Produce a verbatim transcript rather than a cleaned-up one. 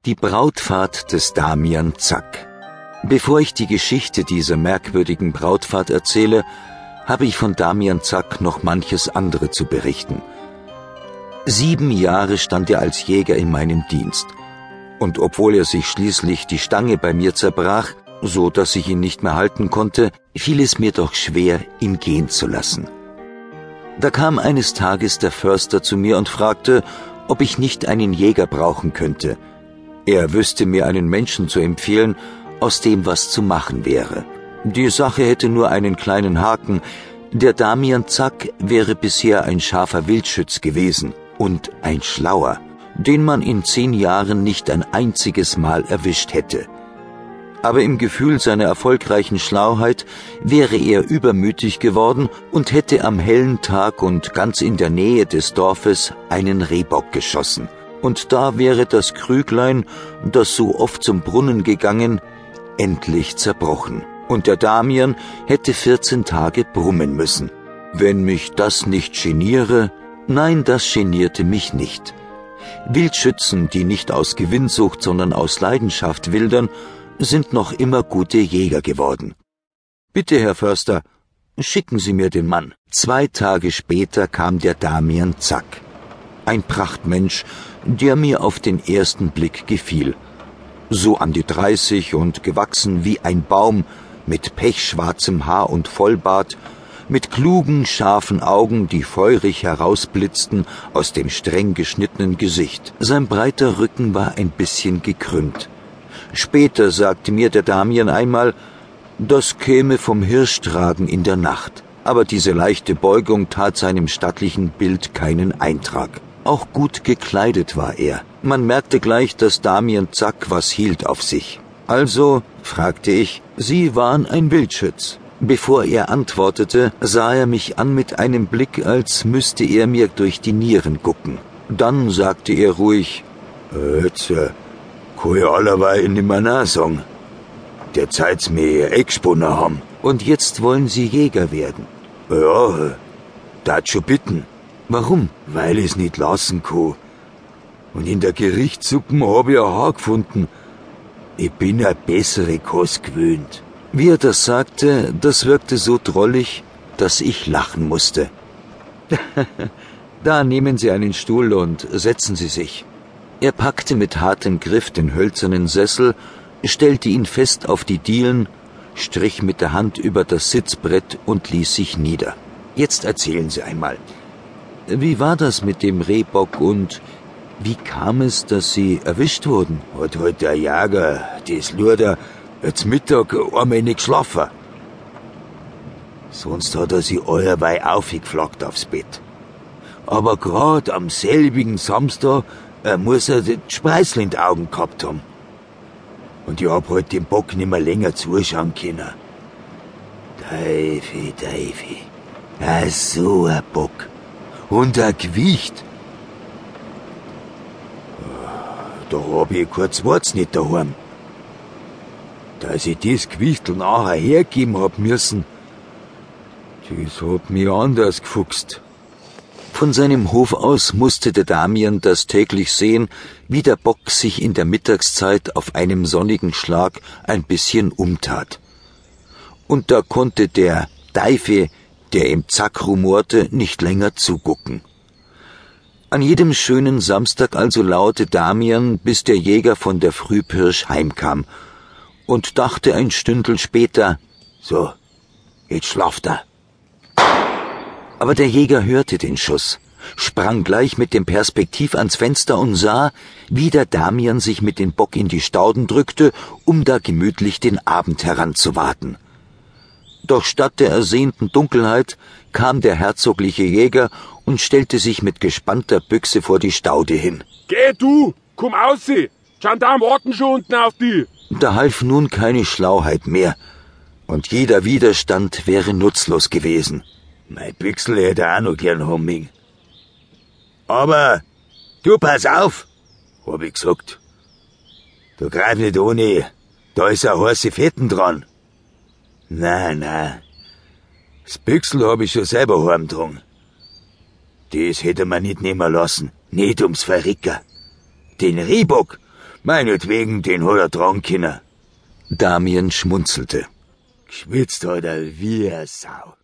Die Brautfahrt des Damian Zack. Bevor ich die Geschichte dieser merkwürdigen Brautfahrt erzähle, habe ich von Damian Zack noch manches andere zu berichten. Sieben Jahre stand er als Jäger in meinem Dienst. Und obwohl er sich schließlich die Stange bei mir zerbrach, so dass ich ihn nicht mehr halten konnte, fiel es mir doch schwer, ihn gehen zu lassen. Da kam eines Tages der Förster zu mir und fragte, ob ich nicht einen Jäger brauchen könnte. Er wüsste mir einen Menschen zu empfehlen, aus dem was zu machen wäre. Die Sache hätte nur einen kleinen Haken. Der Damian Zack wäre bisher ein scharfer Wildschütz gewesen und ein Schlauer, den man in zehn Jahren nicht ein einziges Mal erwischt hätte. Aber im Gefühl seiner erfolgreichen Schlauheit wäre er übermütig geworden und hätte am hellen Tag und ganz in der Nähe des Dorfes einen Rehbock geschossen. Und da wäre das Krüglein, das so oft zum Brunnen gegangen, endlich zerbrochen. Und der Damian hätte vierzehn Tage brummen müssen. Wenn mich das nicht geniere, nein, das genierte mich nicht. Wildschützen, die nicht aus Gewinnsucht, sondern aus Leidenschaft wildern, sind noch immer gute Jäger geworden. Bitte, Herr Förster, schicken Sie mir den Mann. Zwei Tage später kam der Damian Zack. Ein Prachtmensch, der mir auf den ersten Blick gefiel. So an die dreißig und gewachsen wie ein Baum, mit pechschwarzem Haar und Vollbart, mit klugen, scharfen Augen, die feurig herausblitzten aus dem streng geschnittenen Gesicht. Sein breiter Rücken war ein bisschen gekrümmt. Später sagte mir der Damian einmal, das käme vom Hirschtragen in der Nacht. Aber diese leichte Beugung tat seinem stattlichen Bild keinen Eintrag. Auch gut gekleidet war er. Man merkte gleich, dass Damian Zack was hielt auf sich. Also, fragte ich, Sie waren ein Wildschütz. Bevor er antwortete, sah er mich an mit einem Blick, als müsste er mir durch die Nieren gucken. Dann sagte er ruhig, Jetzt äh, kann ich allerweil nimmer nachsagen. Derzeit mir eingesponnen haben. Und jetzt wollen Sie Jäger werden? Ja, dat schon bitten. Warum? Weil ich's nicht lassen kann. Und in der Gerichtssuppen hab ich ein Haar gefunden. Ich bin eine bessere Kost gewöhnt. Wie er das sagte, das wirkte so drollig, dass ich lachen musste. Da nehmen Sie einen Stuhl und setzen Sie sich. Er packte mit hartem Griff den hölzernen Sessel, stellte ihn fest auf die Dielen, strich mit der Hand über das Sitzbrett und ließ sich nieder. Jetzt erzählen Sie einmal. Wie war das mit dem Rehbock und wie kam es, dass Sie erwischt wurden? Hat halt der Jäger, das Luder, jetzt Mittag einmal nicht geschlafen. Sonst hat er sich allerweil aufgeflackt aufs Bett. Aber grad am selbigen Samstag äh, muss er die Spreißel in die Augen gehabt haben. Und ich hab halt den Bock nimmer länger zuschauen können. Teufel, Teufel. Ja, so ein Bock. Und ein Gewicht. Da hab ich kurz Worts nicht daheim. Dass ich das Gewichtel nachher hergeben hab müssen, das hat mich anders gefuchst. Von seinem Hof aus musste der Damian das täglich sehen, wie der Bock sich in der Mittagszeit auf einem sonnigen Schlag ein bisschen umtat. Und da konnte der Deife, der im Zack rumorte, nicht länger zugucken. An jedem schönen Samstag also lauerte Damian, bis der Jäger von der Frühpirsch heimkam und dachte ein Stündel später, so, jetzt schlaft er. Aber der Jäger hörte den Schuss, sprang gleich mit dem Perspektiv ans Fenster und sah, wie der Damian sich mit dem Bock in die Stauden drückte, um da gemütlich den Abend heranzuwarten. Doch statt der ersehnten Dunkelheit kam der herzogliche Jäger und stellte sich mit gespannter Büchse vor die Staude hin. Geh du, komm ausseh, Gendarm warten schon unten auf die. Da half nun keine Schlauheit mehr, und jeder Widerstand wäre nutzlos gewesen. Mein Büchsel hätte auch noch gern Humming. Aber, du pass auf, hab ich gesagt. Du greif nicht ohne, da ist ein heiße Fetten dran. Nein, nein, das Büchsel hab ich schon selber heimgetragen. Das hätte man nicht nehmen lassen, nicht ums Verricker. Den Rehbock, Meinetwegen, den hat er dran können. Damian schmunzelte. Geschwitzt hat er wie eine Sau.